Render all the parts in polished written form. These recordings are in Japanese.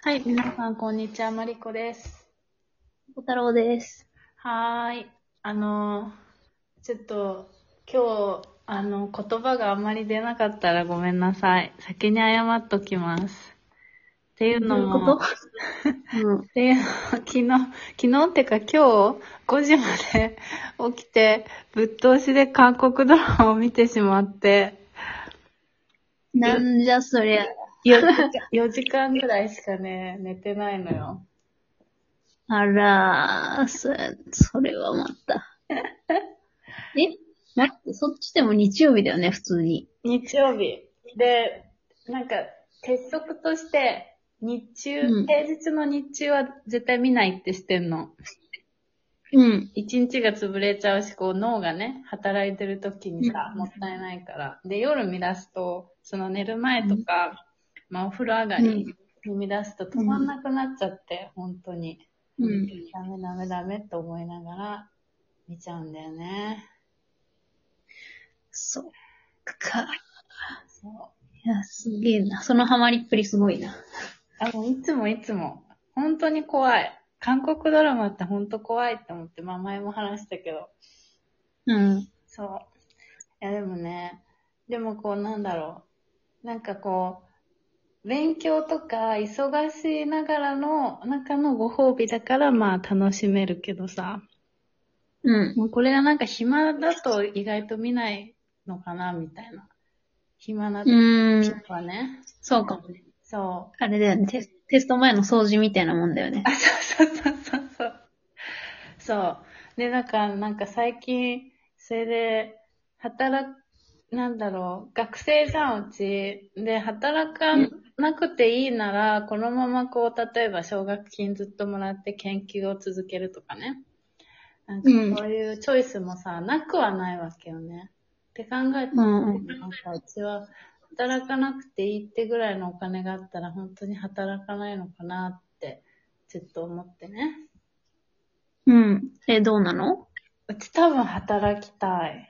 はい、皆さん、こんにちは。マリコです。 小太郎です。 はーい。ちょっと、今日、言葉があんまり出なかったらごめんなさい。先に謝っときます。っていうのも、 どういうこと？うん。 昨日ってか今日、5時まで起きて、ぶっ通しで韓国ドラマを見てしまって、よ、 なんじゃそりゃ。 4時間ぐらいしかね、寝てないのよ。 あらー、それはまた。待って、そっちでも日曜日だよね、普通に。 日曜日。で、なんか、鉄則として、 うん。 平日の日中は絶対見ないってしてんの。 うん。 一日が潰れちゃうし、こう脳がね、働いてる時にさ、もったいないから。で、夜見出すと、その寝る前とか、まあお風呂上がりうん。 に見出すと止まんうん。 なくなっちゃって、本当に。 うん。 ダメダメダメって思いながら見ちゃうんだよね。 そっか。 そう。 いや、すげえな。そのハマりっぷりすごいな。 もういつも、本当に怖い。韓国ドラマって本当怖いって思って、まあ前も話したけど。 うん。 そう。いやでもね、でもこうなんだろう。なんかこう、勉強とか忙しいながらの中のご褒美だからまあ楽しめるけどさ。 うん。 もうこれがなんか暇だと意外と見ないのかなみたいな。暇なう時ーん。 はね。 そうかもね。 そう。 あれだよね。テスト前の掃除みたいなもんだよね。 あ、そう。そう。で、なんか最近、それで、なんだろう、学生じゃん、うち。で、働かうん。 なくていいなら、このままこう、例えば奨学金ずっともらって研究を続けるとかね。なんかうん。 そういうチョイスもさ、なくはないわけよね。って考えたら、 うん。うん。 なんかうちは、働かなくていいってぐらいのお金があったら、本当に働かないのかなって、ちょっと思ってね。 うん。どうなの？ うち多分働きたい。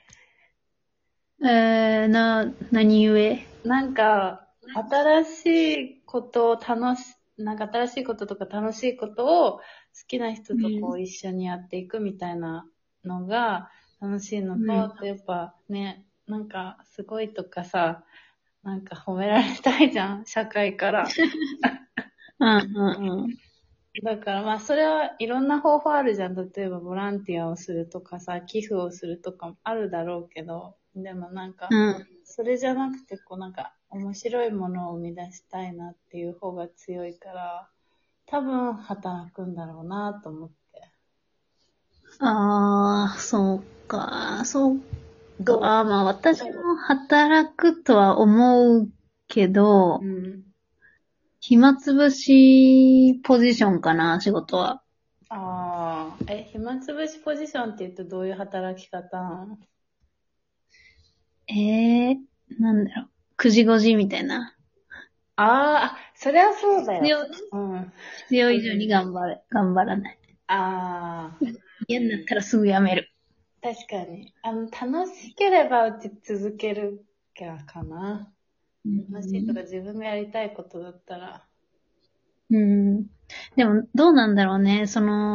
何故？ なんか、新しいことをなんか新しいこととか楽しいことを好きな人とこうん。 う一緒にやっていくみたいなのが楽しいのと、 うん。 あとやっぱね、なんかすごいとかさ、なんか褒められたいじゃん、社会から。 うん。うん。 だからまあそれはいろんな方法あるじゃん。例えばボランティアをするとかさ、寄付をするとかもあるだろうけど、でもなんか、 うん。 それじゃなくてこうなんか面白いものを生み出したいなっていう方が強いから、多分働くんだろうなと思って。 ああ、そうか、そうか。 どまあ私も働くとは思うけど、 うん。 暇つぶしポジションかな、仕事は。 ああ、暇つぶしポジションって言うとどういう働き方なの？ ええなんだろう。9時5時みたいな。 そりゃそうだよ。 必要、 うん。 必要以上に頑張らない。 ああ。 嫌になったらすぐ辞める。 確かに。楽しければうち続けるかな。 う楽しいとかん。 自分がやりたいことだったら。 うん。でも、どうなんだろうね。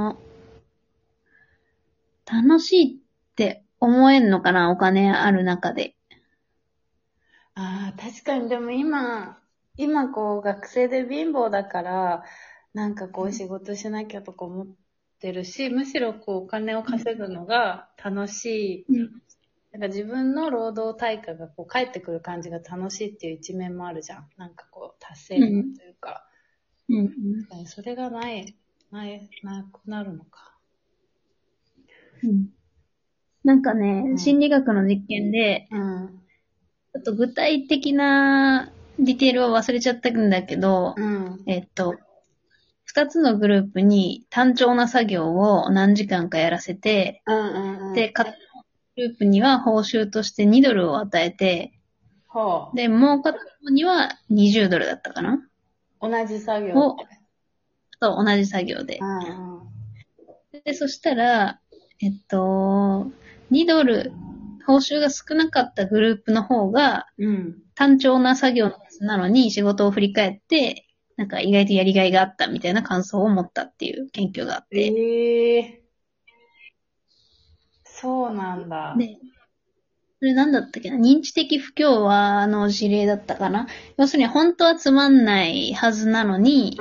楽しいって思えんのかな、お金ある中で。 ああ、確かに。でも今こう学生で貧乏だから、なんかこう仕事しなきゃとか思ってるし、むしろこうお金を稼ぐのが楽しい。 うん。 なんか自分の労働対価がこう返ってくる感じが楽しいっていう一面もあるじゃん。なんかこう達成感うん。 というか。 うん。 それがなくなるのか。 うん。なんかね、 うん。 心理学の実験で、 うん。 ちょっと具体的なディテールは忘れちゃったんだけど、 うん。 えっと、二つのグループに単調な作業を何時間かやらせて、 うんうんうん。 で、片方のグループには報酬として2ドルを与えて、 ほで、もう片方には20ドルだったかなう。同じ作業で。 を、と同じ作業うで。 んうん。 で、そしたら、2ドル、報酬が少なかったグループの方が、 うん。 単調な作業なのに仕事を振り返って、 なんか意外とやりがいがあったみたいな感想を持ったっていう研究があって。 ええそうなんだ。 で、それなんだったっけな、認知的不協和の事例だったかな。要するに本当はつまんないはずなのに、 うん。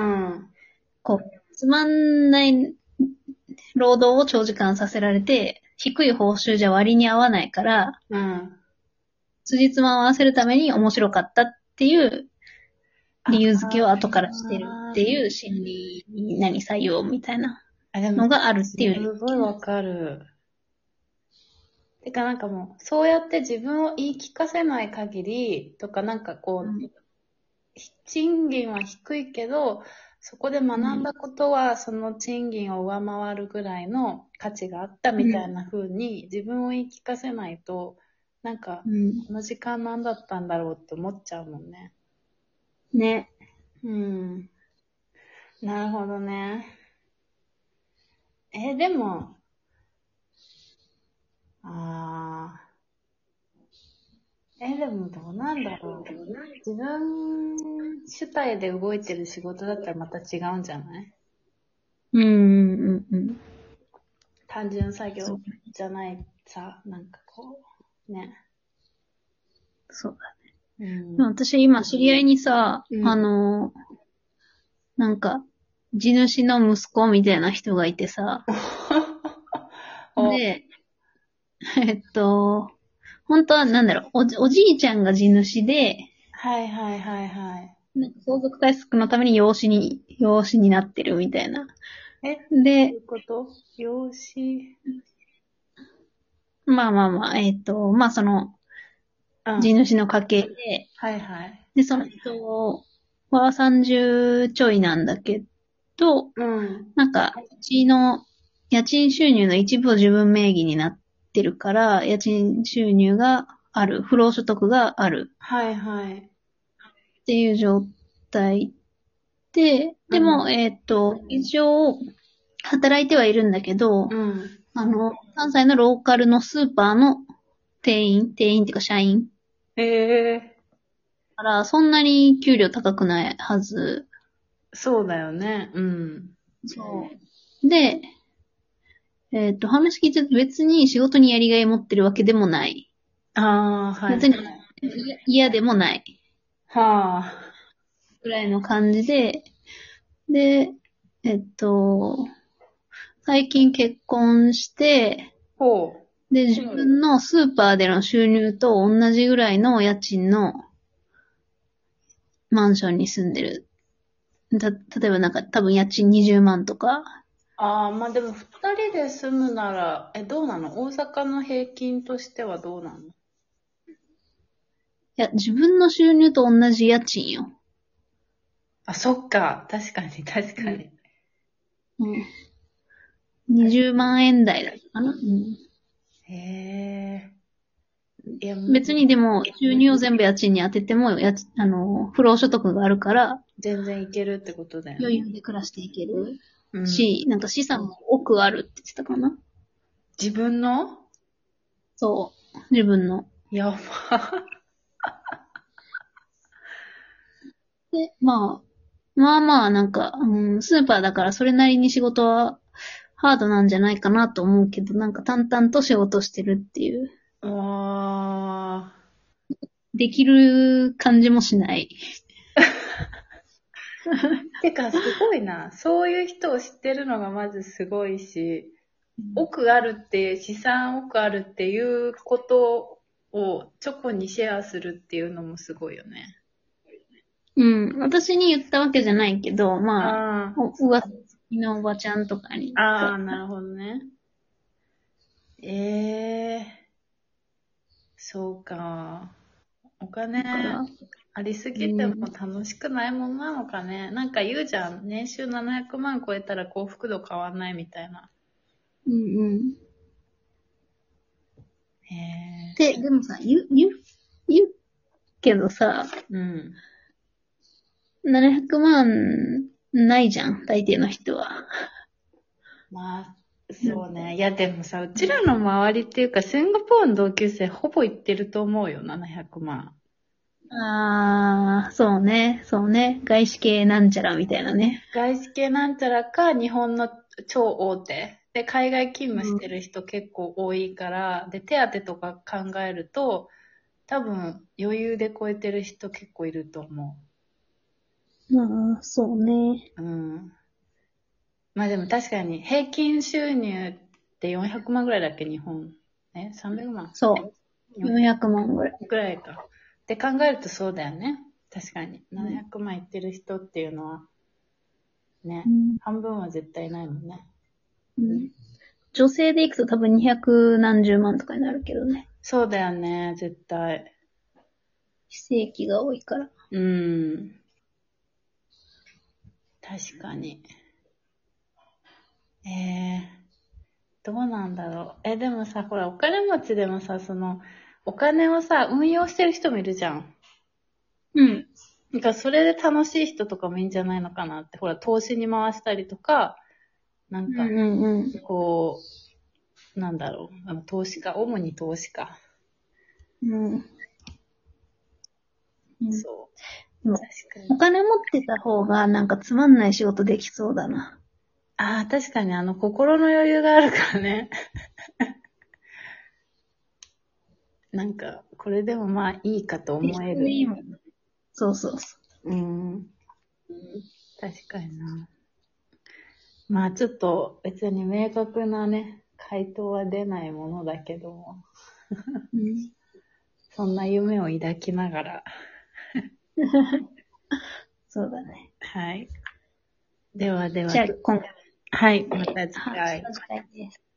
こう、つまんない労働を長時間させられて、低い報酬じゃ割に合わないから、 うん。 辻褄を合わせるために面白かったっていう理由付けをあ後からしてるっていう心理採用みたいなあ、でも、 のがあるっていすう。 ごいわかる。てかなんかもう、そうやって自分を言い聞かせない限り、とかなんかこう、賃金は低いけど、そこで学んだことは、その賃金を上回るぐらいの価値があったみたいな風に自分を言い聞かせないと、なんか、 うん。 この時間何だったんだろうって思っちゃうもんね。 ね。 うん。なるほどね。でも、あでもどうなんだろう。自分主体で動いてる仕事だったらまた違うんじゃない？ うん、うん、うん。 単純作そう、 業じゃないさ、なんかこう、ね。 そうだ。 うん。 私今知り合いにさ、 うん。 なんか、地主の息子みたいな人がいてさ、 お、 で、えっと、本当はなんだろう、おじいちゃんが地主で、 はいはいはいはい。 なんか相続対策のために養子になってるみたいな。 どうで、 いうこと？養子。 まあまあまあ、まあその、 うん。 地主の家系で、 はいはい。 で、その人は30ちょいなんだけど、 うん。 なんか、うちの家賃収入の一部を自分名義になってるから、家賃収入がある、不労所得があるはいはい。 っていう状態で、 うん。 でも、一応、働いてはいるんだけど、 うん。 関西のローカルのスーパーの店員っていうか社員ええから、そんなに給料高くないはず。 そうだよね。うん。 そう。で、話聞いてると別に仕事にやりがい持ってるわけでもない。 ああ、はい別にはい。 嫌でもないはあ。 ぐらいの感じで、で、えっと、最近結婚して、 ほう。 で、自分のスーパーでの収入と同じぐらいの家賃のマンションに住んでる。例えばなんか多分家賃20万とか。 ああ、まあでも二人で住むなら、どうなの？大阪の平均としてはどうなの？ いや、自分の収入と同じ家賃よ。 あ、そっか。確かに、確うん。 かに。 うん。20万円台だったかな。うん。 へえ。いや、 別にでも、収入を全部家賃に当てても、不労所得があるから、 全然いけるってことだよね。 余裕で暮らしていけるうん。 し、なんか資産も奥あるって言ってたかな。 自分のそう。自分の。 やば。 で、まあなんか、スーパーだからそれなりに仕事はハードなんじゃないかなと思うけど、なんか淡々と仕事してるっていう、 わできる感じもしない。 ー。てか、すごいな。そういう人を知ってるのがまずすごいし、奥あるっていう、資産奥あるっていうことをチョコにシェアするっていうのもすごいよね。 うん。私に言ったわけじゃないけど、まあ、 あ噂のおばちゃんとかに、 あ、ああ、なるほどね。ええそうか。お金だから、 ありすうぎてもん、 楽しくないもんなのかね。なんか言うじゃん。年収700万超えたら幸福度変わんないみたいな。 うんうん。 へえ。 でもさ、言うけどさ、 うん。 700万ないじゃん、大抵の人は。 まあ、そうね。いや、でもさ、うちらの周りっていうか、シンガポールの同級生ほぼ行ってると思うよ、700万。 そうね、そうね。外資系なんちゃらみたいなね。 外資系なんちゃらか、日本の超大手。で、海外勤務してる人結構多いから、で、手当とか考えると、多分余裕で超えてる人結構いると思まあ、そうね。 う。うん。まあでも確かに平均収入って400万ぐらいだっけ、日本。300万そう。400 ?400 万ぐらい。 ぐらいか。って考えるとそうだよね。確かに。700万いってる人っていうのは、ね、 うん。 半分は絶対ないもんね。 うん。女性で行くと多分200何十万とかになるけどね。 そうだよね、絶対。 非正規が多いから。 うん。確かに。どうなんだろう。でもさ、ほら、お金持ちでもさ、お金をさ、運用してる人もいるじゃん。 うん。 なんか、それで楽しい人とかもいいんじゃないのかなって。ほら、投資に回したりとか、なんか、 うんうんうん。 こなんだろう。投資家、主に投資家。 うん。うん。 そう。 でも、 確かに。 お金持ってた方がなんかつまんない仕事できそうだな。 ああ、確かに心の余裕があるからね。なんか、これでもまあいいかとで、 思える。 でいいもん。そうそうそうん。 う。 確かにな。まあちょっと別に明確なね、回答は出ないものだけども、 うん。 そんな夢を抱きながら。 そうだね。 はい。ではでは、 じゃあ、今回はい、また次は、 回。 次回です。